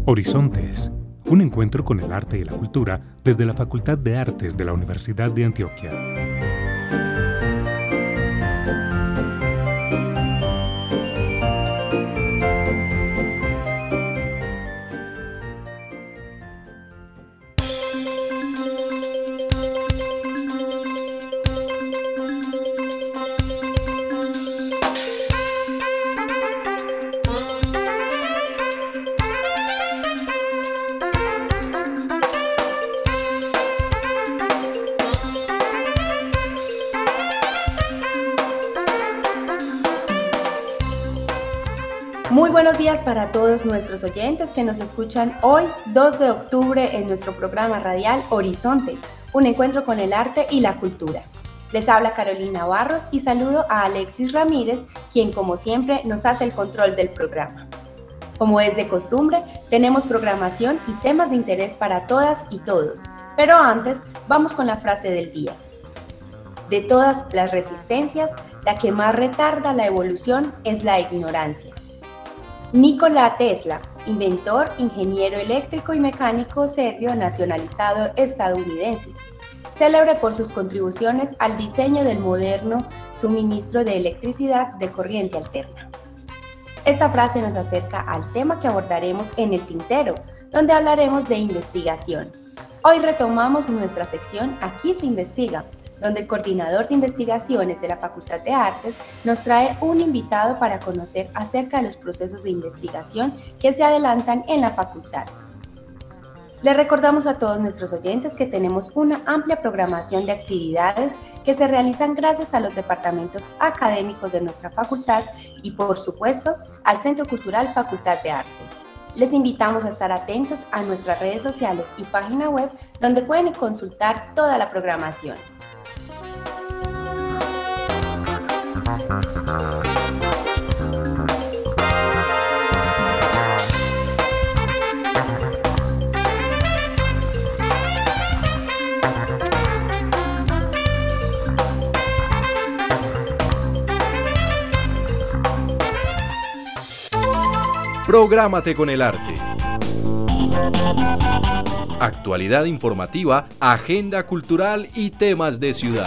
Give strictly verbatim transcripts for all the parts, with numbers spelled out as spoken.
Horizontes, un encuentro con el arte y la cultura desde la Facultad de Artes de la Universidad de Antioquia. Muy buenos días para todos nuestros oyentes que nos escuchan hoy, dos de octubre, en nuestro programa radial Horizontes, un encuentro con el arte y la cultura. Les habla Carolina Barros y saludo a Alexis Ramírez, quien como siempre nos hace el control del programa. Como es de costumbre, tenemos programación y temas de interés para todas y todos, pero antes vamos con la frase del día. De todas las resistencias, la que más retarda la evolución es la ignorancia. Nikola Tesla, inventor, ingeniero eléctrico y mecánico serbio nacionalizado estadounidense, célebre por sus contribuciones al diseño del moderno suministro de electricidad de corriente alterna. Esta frase nos acerca al tema que abordaremos en El Tintero, donde hablaremos de investigación. Hoy retomamos nuestra sección Aquí se investiga, donde el coordinador de investigaciones de la Facultad de Artes nos trae un invitado para conocer acerca de los procesos de investigación que se adelantan en la facultad. Les recordamos a todos nuestros oyentes que tenemos una amplia programación de actividades que se realizan gracias a los departamentos académicos de nuestra facultad y, por supuesto, al Centro Cultural Facultad de Artes. Les invitamos a estar atentos a nuestras redes sociales y página web, donde pueden consultar toda la programación. Prográmate con el arte. Actualidad informativa, agenda cultural y temas de ciudad.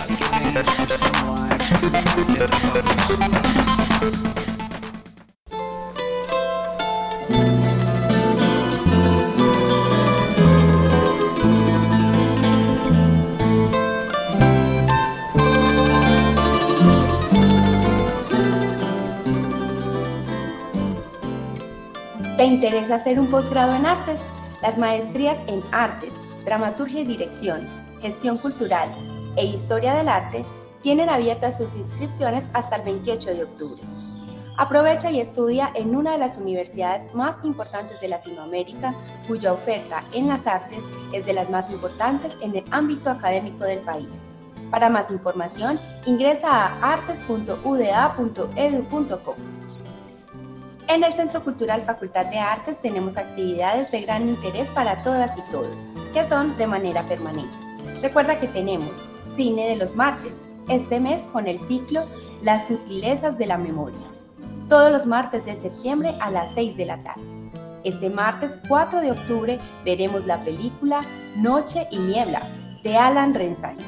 ¿Te interesa hacer un posgrado en artes? Las maestrías en artes, dramaturgia y dirección, gestión cultural e historia del arte tienen abiertas sus inscripciones hasta el veintiocho de octubre. Aprovecha y estudia en una de las universidades más importantes de Latinoamérica, cuya oferta en las artes es de las más importantes en el ámbito académico del país. Para más información, ingresa a artes punto u d a punto e d u punto co. En el Centro Cultural Facultad de Artes tenemos actividades de gran interés para todas y todos, que son de manera permanente. Recuerda que tenemos Cine de los martes, este mes con el ciclo Las sutilezas de la memoria, todos los martes de septiembre a las seis de la tarde. Este martes cuatro de octubre veremos la película Noche y Niebla, de Alan Renshaw.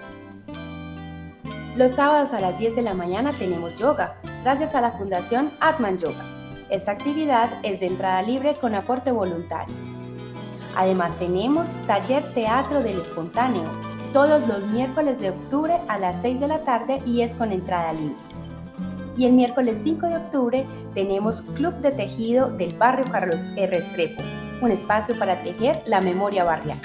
Los sábados a las diez de la mañana tenemos yoga, gracias a la Fundación Atman Yoga. Esta actividad es de entrada libre con aporte voluntario. Además tenemos Taller Teatro del Espontáneo, todos los miércoles de octubre a las seis de la tarde y es con entrada libre. Y el miércoles cinco de octubre tenemos Club de Tejido del Barrio Carlos R. Restrepo, un espacio para tejer la memoria barrial.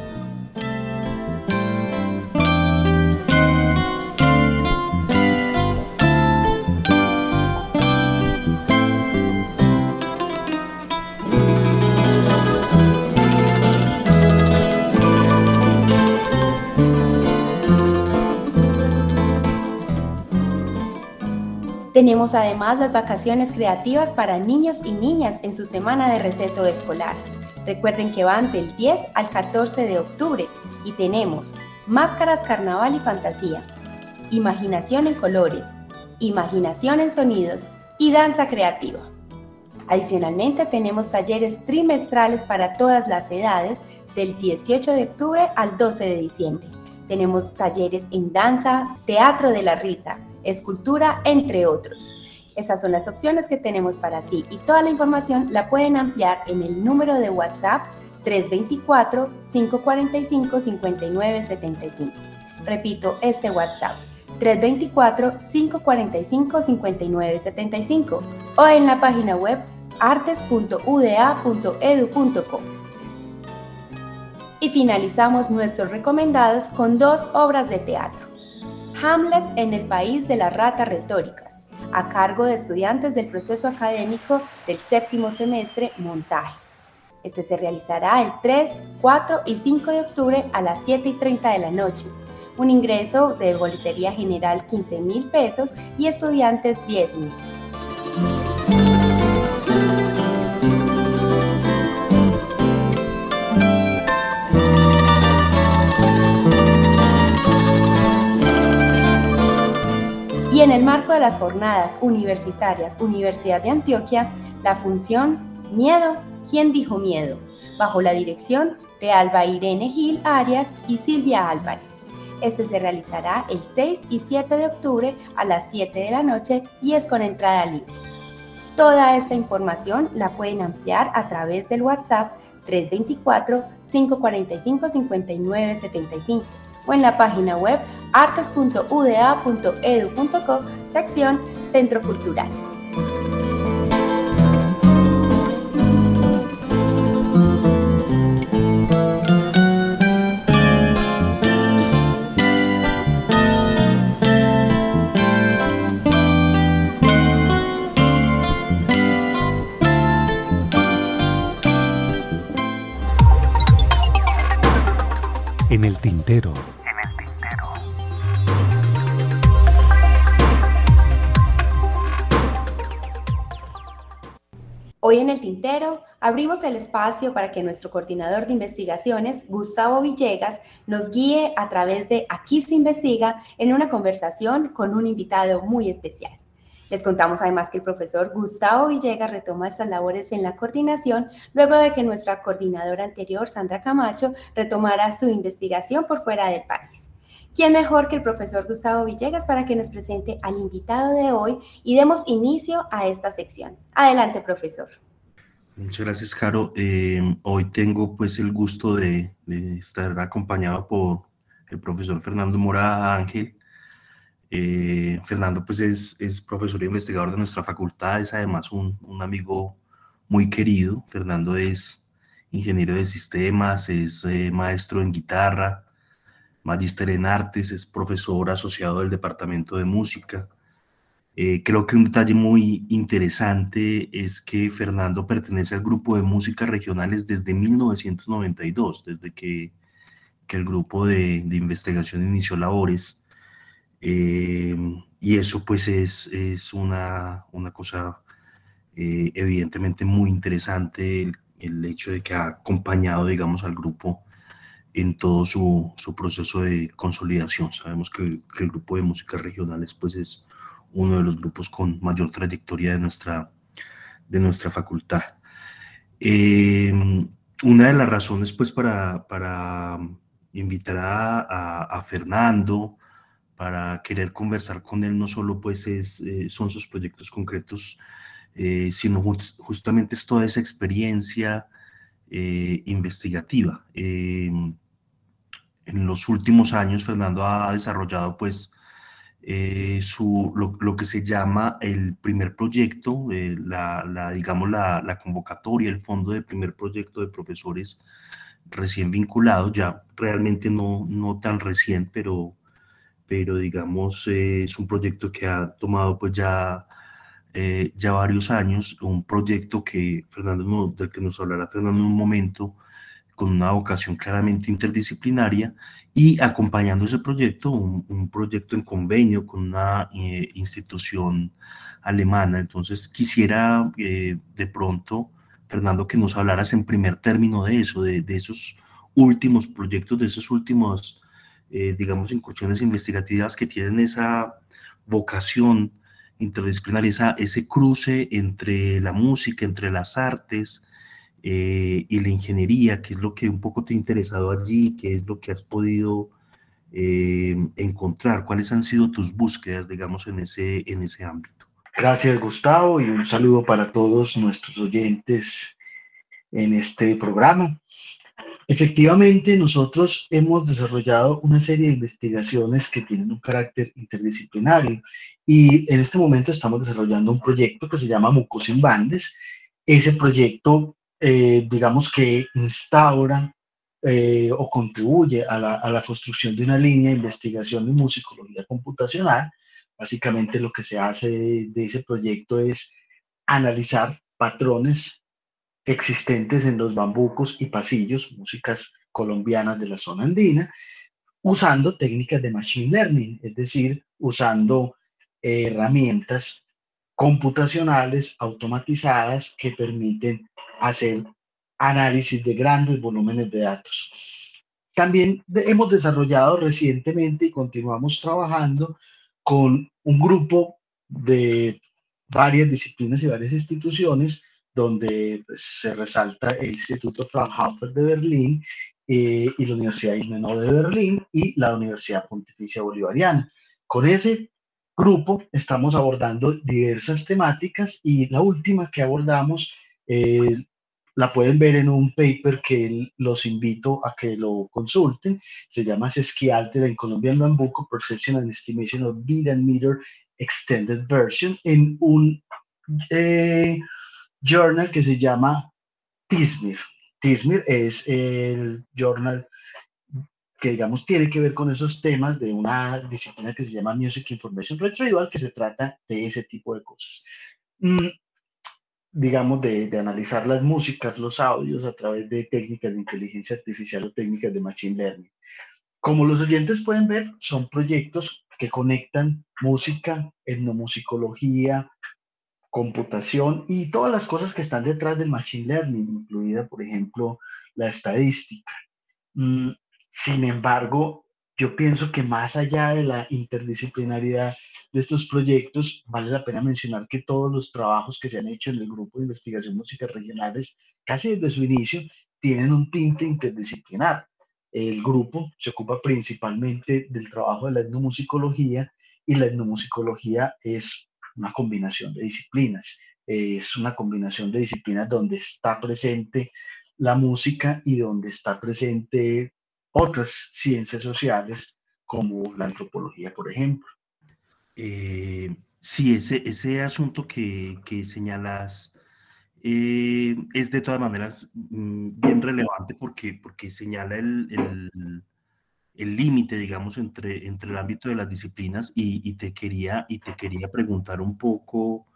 Tenemos además las vacaciones creativas para niños y niñas en su semana de receso escolar. Recuerden que van del diez al catorce de octubre y tenemos Máscaras, Carnaval y Fantasía, Imaginación en Colores, Imaginación en Sonidos y Danza Creativa. Adicionalmente, tenemos talleres trimestrales para todas las edades del dieciocho de octubre al doce de diciembre. Tenemos talleres en danza, teatro de la risa, escultura, entre otros. Esas son las opciones que tenemos para ti y toda la información la pueden ampliar en el número de WhatsApp tres dos cuatro, cinco cuatro cinco, cinco nueve siete cinco. Repito, este WhatsApp tres dos cuatro, cinco cuatro cinco, cinco nueve siete cinco o en la página web artes punto u d a punto e d u punto co. Y finalizamos nuestros recomendados con dos obras de teatro. Hamlet en el país de las ratas retóricas, a cargo de estudiantes del proceso académico del séptimo semestre Montaje. Este se realizará el tres, cuatro y cinco de octubre a las siete y treinta de la noche. Un ingreso de boletería general quince mil pesos y estudiantes diez mil. Y en el marco de las jornadas universitarias Universidad de Antioquia, la función Miedo, ¿quién dijo miedo?, bajo la dirección de Alba Irene Gil Arias y Silvia Álvarez. Este se realizará el seis y siete de octubre a las siete de la noche y es con entrada libre. Toda esta información la pueden ampliar a través del WhatsApp tres dos cuatro, cinco cuatro cinco, cinco nueve siete cinco o en la página web artes punto u d a punto e d u punto co, sección Centro Cultural. En el tintero. Hoy en el tintero abrimos el espacio para que nuestro coordinador de investigaciones, Gustavo Villegas, nos guíe a través de Aquí se investiga en una conversación con un invitado muy especial. Les contamos además que el profesor Gustavo Villegas retoma estas labores en la coordinación luego de que nuestra coordinadora anterior, Sandra Camacho, retomara su investigación por fuera del país. ¿Quién mejor que el profesor Gustavo Villegas para que nos presente al invitado de hoy y demos inicio a esta sección? Adelante, profesor. Muchas gracias, Caro. Eh, hoy tengo pues el gusto de, de estar acompañado por el profesor Fernando Mora Ángel. Eh, Fernando pues es, es profesor e investigador de nuestra facultad, es además un, un amigo muy querido. Fernando es ingeniero de sistemas, es eh, maestro en guitarra, magíster en artes, es profesor asociado del departamento de música. Eh, creo que un detalle muy interesante es que Fernando pertenece al grupo de músicas regionales desde mil novecientos noventa y dos, desde que, que el grupo de, de investigación inició labores. Eh, y eso pues es, es una, una cosa eh, evidentemente muy interesante, el, el hecho de que ha acompañado, digamos, al grupo en todo su, su proceso de consolidación. Sabemos que el, que el grupo de músicas regionales pues es uno de los grupos con mayor trayectoria de nuestra, de nuestra facultad. Eh, una de las razones pues para, para invitar a, a, a Fernando, para querer conversar con él, no solo pues es, eh, son sus proyectos concretos, eh, sino just, justamente es toda esa experiencia eh, investigativa. Eh, en los últimos años Fernando ha desarrollado pues eh, su, lo, lo que se llama el primer proyecto, eh, la, la, digamos la, la convocatoria, el fondo de primer proyecto de profesores recién vinculados, ya realmente no, no tan recién, pero pero digamos eh, es un proyecto que ha tomado pues ya, eh, ya varios años, un proyecto que Fernando, del que nos hablará Fernando en un momento, con una vocación claramente interdisciplinaria y acompañando ese proyecto, un, un proyecto en convenio con una eh, institución alemana. Entonces quisiera eh, de pronto, Fernando, que nos hablaras en primer término de eso, de, de esos últimos proyectos, de esos últimos Eh, digamos, incursiones investigativas que tienen esa vocación interdisciplinar, esa, ese cruce entre la música, entre las artes eh, y la ingeniería, qué es lo que un poco te ha interesado allí, qué es lo que has podido eh, encontrar, cuáles han sido tus búsquedas, digamos, en ese, en ese ámbito. Gracias, Gustavo, y un saludo para todos nuestros oyentes en este programa. Efectivamente, nosotros hemos desarrollado una serie de investigaciones que tienen un carácter interdisciplinario y en este momento estamos desarrollando un proyecto que se llama Mucos sin Bandes. Ese proyecto, eh, digamos que instaura eh, o contribuye a la, a la construcción de una línea de investigación de musicología computacional. Básicamente lo que se hace de, de ese proyecto es analizar patrones existentes en los bambucos y pasillos, músicas colombianas de la zona andina, usando técnicas de machine learning, es decir, usando eh, herramientas computacionales automatizadas que permiten hacer análisis de grandes volúmenes de datos. También de, hemos desarrollado recientemente y continuamos trabajando con un grupo de varias disciplinas y varias instituciones donde pues, se resalta el Instituto Fraunhofer de Berlín eh, y la Universidad Menor de Berlín y la Universidad Pontificia Bolivariana. Con ese grupo estamos abordando diversas temáticas y la última que abordamos eh, la pueden ver en un paper que los invito a que lo consulten. Se llama Sesquialter in Colombian Bambuco, Perception and Estimation of Beat and Meter Extended Version, en un eh, journal que se llama TISMIR. TISMIR es el journal que, digamos, tiene que ver con esos temas de una disciplina que se llama Music Information Retrieval, que se trata de ese tipo de cosas. Mm, digamos, de, de analizar las músicas, los audios a través de técnicas de inteligencia artificial o técnicas de machine learning. Como los oyentes pueden ver, son proyectos que conectan música, etnomusicología, computación y todas las cosas que están detrás del machine learning, incluida, por ejemplo, la estadística. Mm, sin embargo, yo pienso que más allá de la interdisciplinaridad de estos proyectos, vale la pena mencionar que todos los trabajos que se han hecho en el Grupo de Investigación Músicas Regionales, casi desde su inicio, tienen un tinte interdisciplinar. El grupo se ocupa principalmente del trabajo de la etnomusicología y la etnomusicología es una combinación de disciplinas. Es una combinación de disciplinas donde está presente la música y donde está presente otras ciencias sociales como la antropología, por ejemplo. Eh, sí, ese, ese asunto que, que señalas eh, es de todas maneras mm, bien relevante porque, porque señala el, el, el límite, digamos, entre, entre el ámbito de las disciplinas y, y, te, quería, y te quería preguntar un poco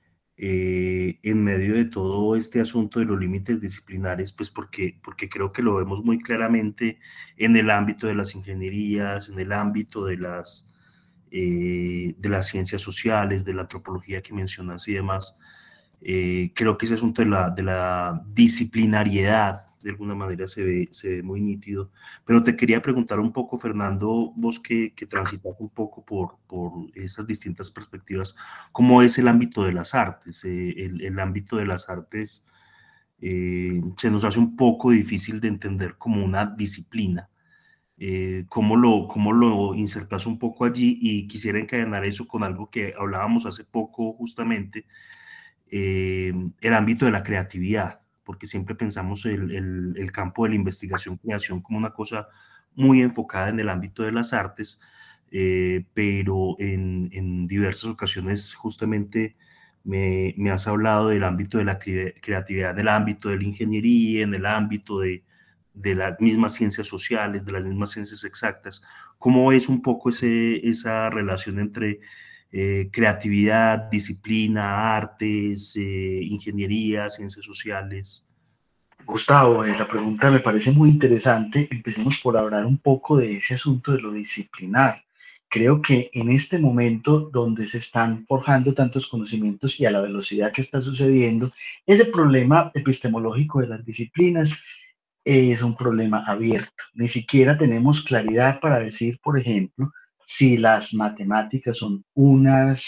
eh, en medio de todo este asunto de los límites disciplinares, pues porque, porque creo que lo vemos muy claramente en el ámbito de las ingenierías, en el ámbito de las Eh, de las ciencias sociales, de la antropología que mencionas y demás. Eh, creo que ese asunto de la, de la disciplinariedad, de alguna manera, se ve, se ve muy nítido. Pero te quería preguntar un poco, Fernando, vos que, que transitas un poco por, por esas distintas perspectivas, ¿cómo es el ámbito de las artes? Eh, el, el ámbito de las artes eh, se nos hace un poco difícil de entender como una disciplina. Eh, cómo, lo, cómo lo insertas un poco allí, y quisiera encadenar eso con algo que hablábamos hace poco justamente, eh, el ámbito de la creatividad, porque siempre pensamos el, el, el campo de la investigación-creación como una cosa muy enfocada en el ámbito de las artes, eh, pero en, en diversas ocasiones justamente me, me has hablado del ámbito de la cre creatividad, en el ámbito de la ingeniería, en el ámbito de de las mismas ciencias sociales, de las mismas ciencias exactas. ¿Cómo es un poco ese, esa relación entre eh, creatividad, disciplina, artes, eh, ingeniería, ciencias sociales? Gustavo, eh, la pregunta me parece muy interesante. Empecemos por hablar un poco de ese asunto de lo disciplinar. Creo que en este momento donde se están forjando tantos conocimientos y a la velocidad que está sucediendo, ese problema epistemológico de las disciplinas es un problema abierto. Ni siquiera tenemos claridad para decir, por ejemplo, si las matemáticas son unas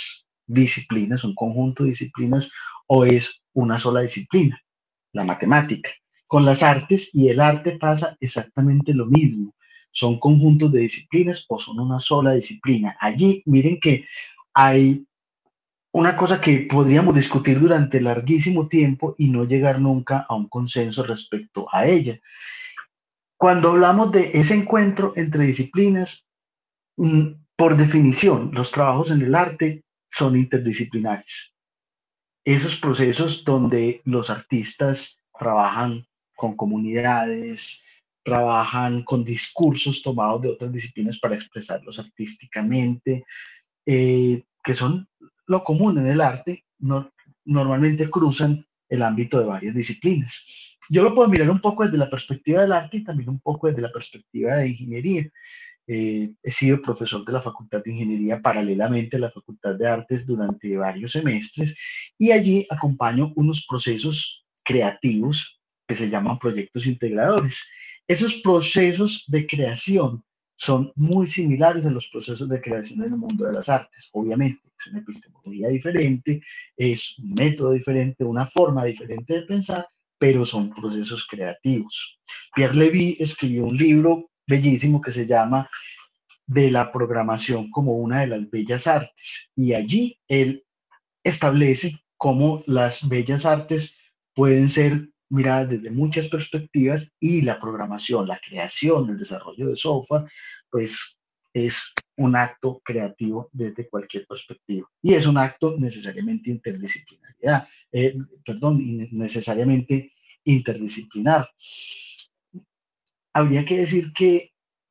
disciplinas, un conjunto de disciplinas, o es una sola disciplina, la matemática. Con las artes y el arte pasa exactamente lo mismo. Son conjuntos de disciplinas o son una sola disciplina. Allí, miren que hay una cosa que podríamos discutir durante larguísimo tiempo y no llegar nunca a un consenso respecto a ella. Cuando hablamos de ese encuentro entre disciplinas, por definición, los trabajos en el arte son interdisciplinarios. Esos procesos donde los artistas trabajan con comunidades, trabajan con discursos tomados de otras disciplinas para expresarlos artísticamente, eh, que son lo común en el arte, no, normalmente cruzan el ámbito de varias disciplinas. Yo lo puedo mirar un poco desde la perspectiva del arte y también un poco desde la perspectiva de ingeniería. Eh, he sido profesor de la Facultad de Ingeniería paralelamente a la Facultad de Artes durante varios semestres y allí acompaño unos procesos creativos que se llaman proyectos integradores. Esos procesos de creación son muy similares a los procesos de creación en el mundo de las artes. Obviamente, es una epistemología diferente, es un método diferente, una forma diferente de pensar, pero son procesos creativos. Pierre Levy escribió un libro bellísimo que se llama De la programación como una de las bellas artes, y allí él establece cómo las bellas artes pueden ser miradas desde muchas perspectivas y la programación, la creación, el desarrollo de software, pues es un acto creativo desde cualquier perspectiva y es un acto necesariamente interdisciplinaridad, eh, perdón, necesariamente interdisciplinar. Habría que decir que,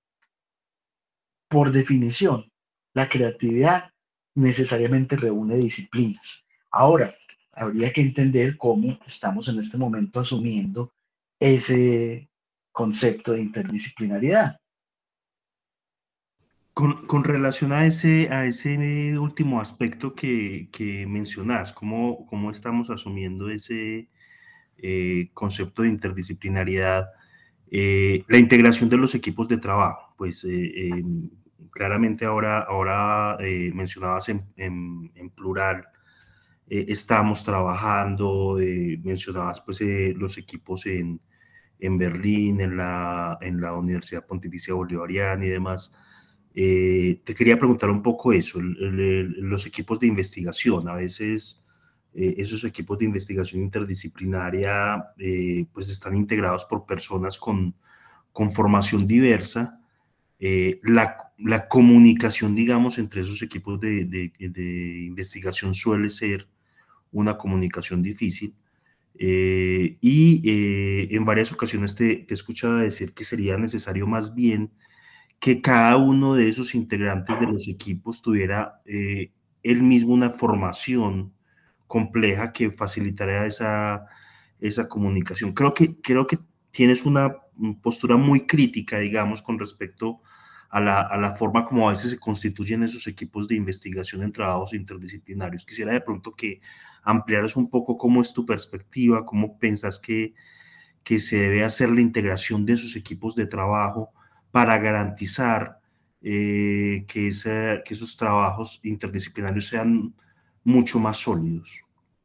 por definición, la creatividad necesariamente reúne disciplinas. Ahora, habría que entender cómo estamos en este momento asumiendo ese concepto de interdisciplinariedad. Con, con relación a ese, a ese último aspecto que, que mencionas, ¿cómo, cómo estamos asumiendo ese eh, concepto de interdisciplinariedad? Eh, la integración de los equipos de trabajo, pues eh, eh, claramente ahora, ahora eh, mencionabas en, en, en plural, eh, estamos trabajando, eh, mencionabas pues eh, los equipos en, en Berlín, en la, en la Universidad Pontificia Bolivariana y demás. Eh, te quería preguntar un poco eso, el, el, el, los equipos de investigación, a veces eh, esos equipos de investigación interdisciplinaria eh, pues están integrados por personas con, con formación diversa. Eh, la, la comunicación, digamos, entre esos equipos de, de, de investigación suele ser una comunicación difícil. Eh, y eh, en varias ocasiones te, te he escuchado decir que sería necesario más bien que cada uno de esos integrantes de los equipos tuviera eh, él mismo una formación compleja que facilitaría esa, esa comunicación. Creo que, creo que tienes una postura muy crítica, digamos, con respecto a la, a la forma como a veces se constituyen esos equipos de investigación en trabajos interdisciplinarios. Quisiera de pronto que ampliaras un poco cómo es tu perspectiva, cómo piensas que, que se debe hacer la integración de esos equipos de trabajo para garantizar eh, que, esa, que esos trabajos interdisciplinarios sean mucho más sólidos.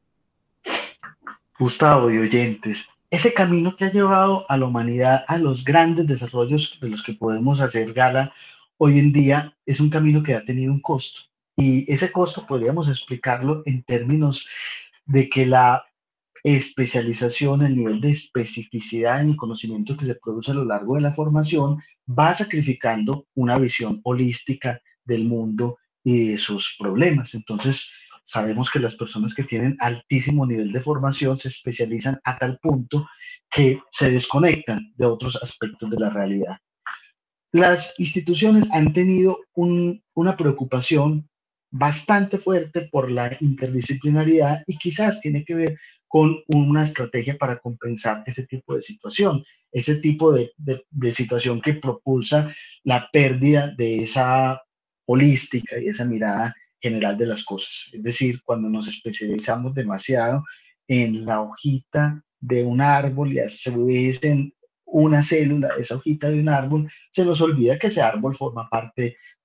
Gustavo y oyentes, ese camino que ha llevado a la humanidad a los grandes desarrollos de los que podemos hacer gala hoy en día es un camino que ha tenido un costo. Y ese costo podríamos explicarlo en términos de que la especialización, el nivel de especificidad en el conocimiento que se produce a lo largo de la formación va sacrificando una visión holística del mundo y de sus problemas. Entonces, sabemos que las personas que tienen altísimo nivel de formación se especializan a tal punto que se desconectan de otros aspectos de la realidad. Las instituciones han tenido un, una preocupación bastante fuerte por la interdisciplinaridad y quizás tiene que ver con una estrategia para compensar ese tipo de situación, ese tipo de, de, de situación que propulsa la pérdida de esa holística y esa mirada general de las cosas. Es decir, cuando nos especializamos demasiado en la hojita de un árbol y a su vez en una célula de esa hojita de un árbol, se nos olvida que ese árbol forma parte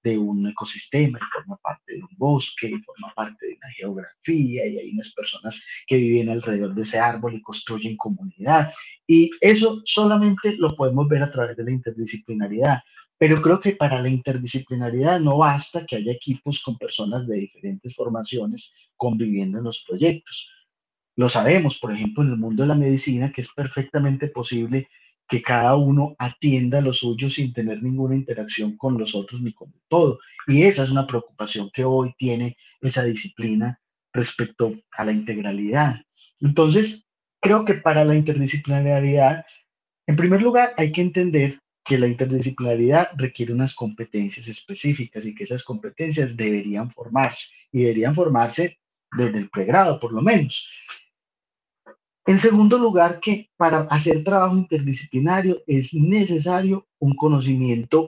de un ecosistema, y forma parte de un bosque, y forma parte de una geografía, y hay unas personas que viven alrededor de ese árbol y construyen comunidad. Y eso solamente lo podemos ver a través de la interdisciplinaridad. Pero creo que para la interdisciplinaridad no basta que haya equipos con personas de diferentes formaciones conviviendo en los proyectos. Lo sabemos, por ejemplo, en el mundo de la medicina, que es perfectamente posible que cada uno atienda lo suyo sin tener ninguna interacción con los otros ni con el todo. Y esa es una preocupación que hoy tiene esa disciplina respecto a la integralidad. Entonces, creo que para la interdisciplinariedad, en primer lugar, hay que entender que la interdisciplinaridad requiere unas competencias específicas y que esas competencias deberían formarse y deberían formarse desde el pregrado, por lo menos. En segundo lugar, que para hacer trabajo interdisciplinario es necesario un conocimiento,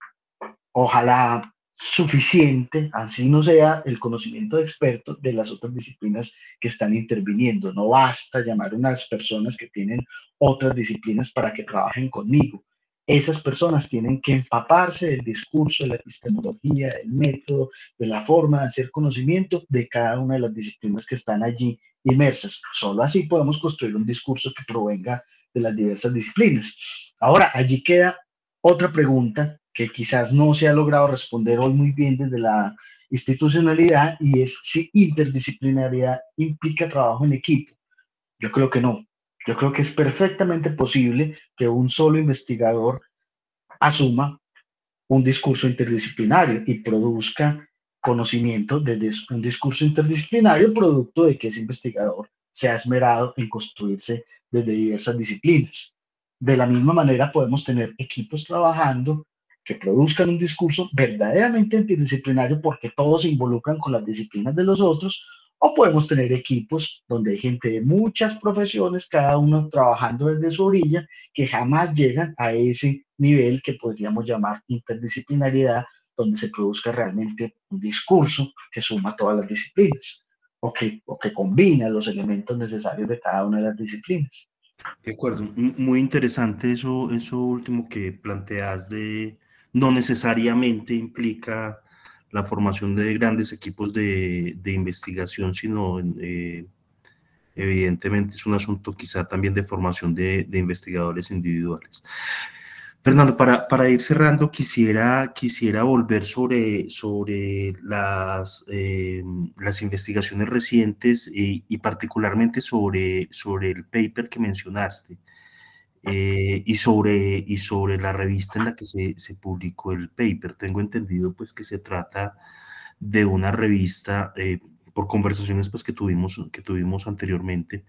ojalá suficiente, así no sea el conocimiento de expertos de las otras disciplinas que están interviniendo. No basta llamar a unas personas que tienen otras disciplinas para que trabajen conmigo. Esas personas tienen que empaparse del discurso, de la epistemología, del método, de la forma de hacer conocimiento de cada una de las disciplinas que están allí inmersas. Solo así podemos construir un discurso que provenga de las diversas disciplinas. Ahora, allí queda otra pregunta que quizás no se ha logrado responder hoy muy bien desde la institucionalidad, y es si interdisciplinariedad implica trabajo en equipo. Yo creo que no. Yo creo que es perfectamente posible que un solo investigador asuma un discurso interdisciplinario y produzca conocimiento desde un discurso interdisciplinario producto de que ese investigador se ha esmerado en construirse desde diversas disciplinas. De la misma manera podemos tener equipos trabajando que produzcan un discurso verdaderamente interdisciplinario porque todos se involucran con las disciplinas de los otros, o podemos tener equipos donde hay gente de muchas profesiones, cada uno trabajando desde su orilla, que jamás llegan a ese nivel que podríamos llamar interdisciplinariedad, donde se produzca realmente un discurso que suma todas las disciplinas o que, o que combina los elementos necesarios de cada una de las disciplinas. De acuerdo, muy interesante eso, eso último que planteas de no necesariamente implica la formación de grandes equipos de, de investigación, sino eh, evidentemente es un asunto quizá también de formación de, de investigadores individuales. Fernando, para, para ir cerrando, quisiera, quisiera volver sobre, sobre las, eh, las investigaciones recientes y, y particularmente sobre, sobre el paper que mencionaste eh, y, sobre, y sobre la revista en la que se, se publicó el paper. Tengo entendido pues, que se trata de una revista, eh, por conversaciones pues, que, tuvimos, que tuvimos anteriormente.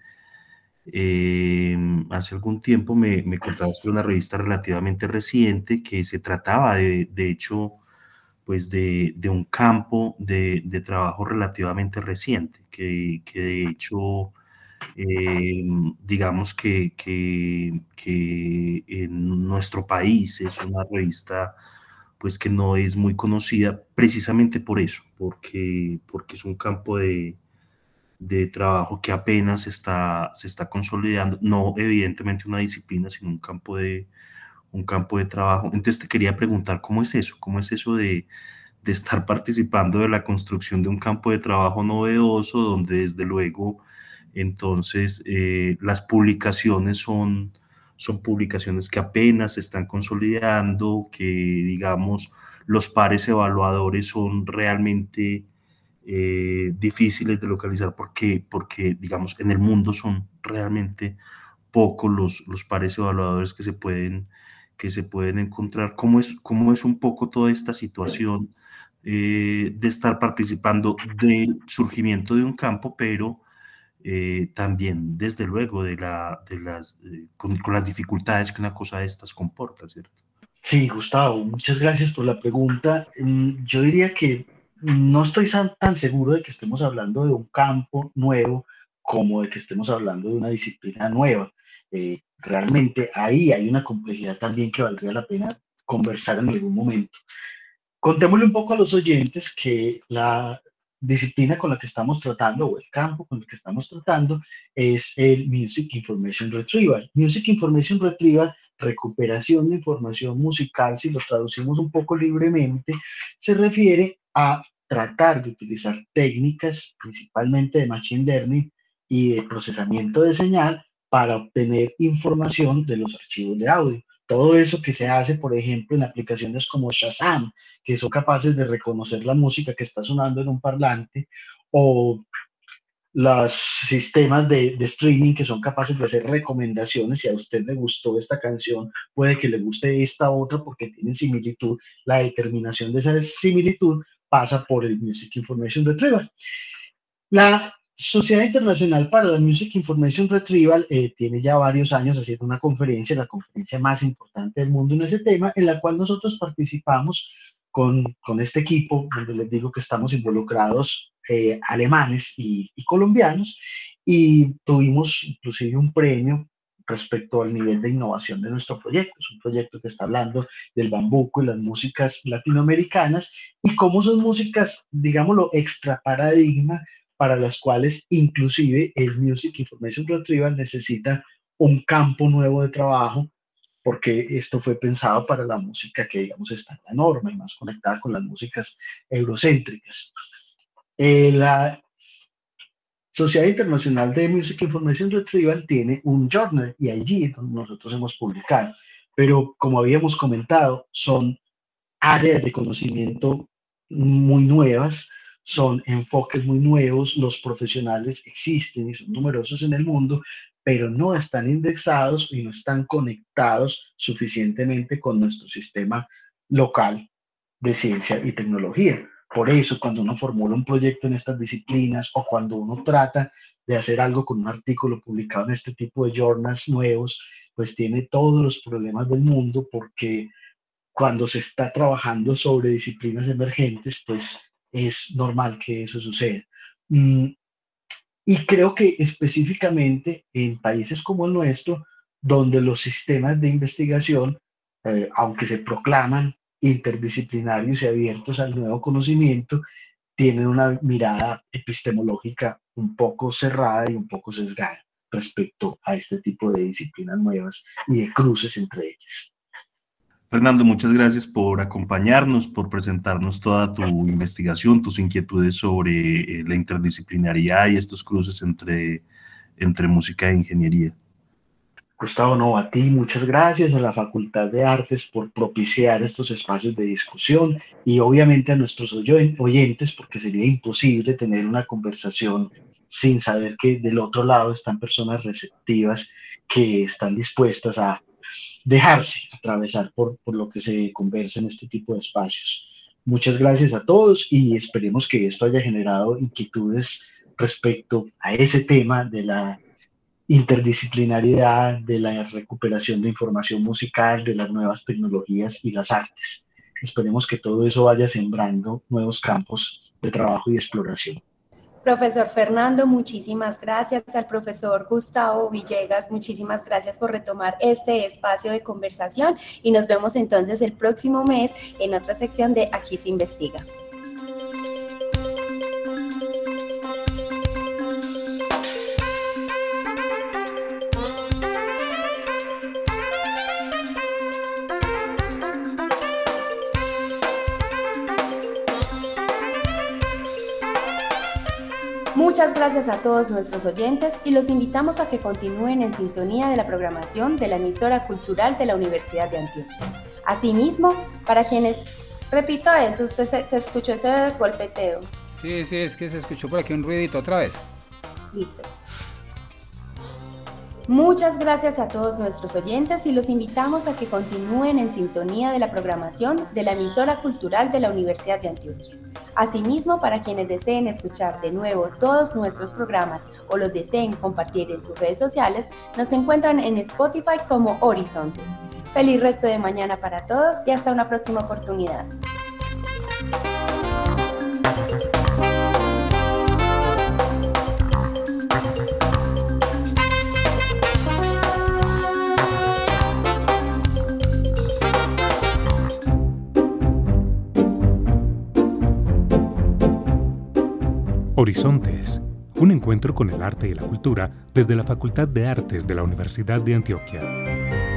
Eh, hace algún tiempo me, me contabas que era una revista relativamente reciente, que se trataba de, de hecho, pues de, de un campo de, de trabajo relativamente reciente, que, que de hecho, eh, digamos que, que, que en nuestro país es una revista pues que no es muy conocida precisamente por eso, porque, porque es un campo de de trabajo que apenas está, se está consolidando, no evidentemente una disciplina, sino un campo de, un campo de trabajo. Entonces te quería preguntar, ¿cómo es eso? ¿Cómo es eso de, de estar participando de la construcción de un campo de trabajo novedoso, donde desde luego, entonces, eh, las publicaciones son, son publicaciones que apenas se están consolidando, que, digamos, los pares evaluadores son realmente eh, difíciles de localizar porque, porque, digamos, en el mundo son realmente pocos los, los pares evaluadores que se pueden, que se pueden encontrar. ¿Cómo es, cómo es un poco toda esta situación eh, de estar participando del surgimiento de un campo, pero eh, también, desde luego, de, la, de las, eh, con, con las dificultades que una cosa de estas comporta, ¿cierto? Sí, Gustavo, muchas gracias por la pregunta. Mm, Yo diría que no estoy tan, tan seguro de que estemos hablando de un campo nuevo como de que estemos hablando de una disciplina nueva. Eh, realmente ahí hay una complejidad también que valdría la pena conversar en algún momento. Contémosle un poco a los oyentes que la disciplina con la que estamos tratando, o el campo con el que estamos tratando, es el Music Information Retrieval. Music Information Retrieval, recuperación de información musical, si lo traducimos un poco libremente, se refiere a tratar de utilizar técnicas, principalmente de Machine Learning y de procesamiento de señal, para obtener información de los archivos de audio. Todo eso que se hace, por ejemplo, en aplicaciones como Shazam, que son capaces de reconocer la música que está sonando en un parlante, o los sistemas de, de streaming que son capaces de hacer recomendaciones. Si a usted le gustó esta canción, puede que le guste esta otra porque tienen similitud. La determinación de esa similitud pasa por el Music Information Retrieval. La Sociedad Internacional para la Music Information Retrieval eh, tiene ya varios años haciendo una conferencia, la conferencia más importante del mundo en ese tema, en la cual nosotros participamos con, con este equipo, donde les digo que estamos involucrados eh, alemanes y, y colombianos, y tuvimos inclusive un premio respecto al nivel de innovación de nuestro proyecto. Es un proyecto que está hablando del bambuco y las músicas latinoamericanas, y cómo son músicas, digámoslo, extra paradigma, para las cuales inclusive el Music Information Retrieval necesita un campo nuevo de trabajo, porque esto fue pensado para la música que, digamos, está en la norma y más conectada con las músicas eurocéntricas. Eh, la Sociedad Internacional de Music Information Retrieval tiene un journal, y allí es donde nosotros hemos publicado, pero como habíamos comentado, son áreas de conocimiento muy nuevas, son enfoques muy nuevos, los profesionales existen y son numerosos en el mundo, pero no están indexados y no están conectados suficientemente con nuestro sistema local de ciencia y tecnología. Por eso, cuando uno formula un proyecto en estas disciplinas, o cuando uno trata de hacer algo con un artículo publicado en este tipo de journals nuevos, pues tiene todos los problemas del mundo, porque cuando se está trabajando sobre disciplinas emergentes, pues es normal que eso suceda. Mm, y creo que específicamente en países como el nuestro, donde los sistemas de investigación, eh, aunque se proclaman interdisciplinarios y abiertos al nuevo conocimiento, tienen una mirada epistemológica un poco cerrada y un poco sesgada respecto a este tipo de disciplinas nuevas y de cruces entre ellas. Fernando, muchas gracias por acompañarnos, por presentarnos toda tu investigación, tus inquietudes sobre eh, la interdisciplinaridad y estos cruces entre, entre música e ingeniería. Gustavo, no, a ti muchas gracias, a la Facultad de Artes por propiciar estos espacios de discusión, y obviamente a nuestros oyentes, porque sería imposible tener una conversación sin saber que del otro lado están personas receptivas que están dispuestas a dejarse atravesar por, por lo que se conversa en este tipo de espacios. Muchas gracias a todos, y esperemos que esto haya generado inquietudes respecto a ese tema de la interdisciplinariedad, de la recuperación de información musical, de las nuevas tecnologías y las artes. Esperemos que todo eso vaya sembrando nuevos campos de trabajo y exploración. Profesor Fernando, muchísimas gracias. Al profesor Gustavo Villegas, muchísimas gracias por retomar este espacio de conversación, y nos vemos entonces el próximo mes en otra sección de Aquí se investiga. Muchas gracias a todos nuestros oyentes, y los invitamos a que continúen en sintonía de la programación de la emisora cultural de la Universidad de Antioquia. Asimismo, para quienes, repito eso, usted se, se escuchó ese golpeteo. Sí, sí, es que se escuchó por aquí un ruidito otra vez. Listo. Muchas gracias a todos nuestros oyentes, y los invitamos a que continúen en sintonía de la programación de la emisora cultural de la Universidad de Antioquia. Asimismo, para quienes deseen escuchar de nuevo todos nuestros programas o los deseen compartir en sus redes sociales, nos encuentran en Spotify como Horizontes. Feliz resto de mañana para todos, y hasta una próxima oportunidad. Horizontes, un encuentro con el arte y la cultura desde la Facultad de Artes de la Universidad de Antioquia.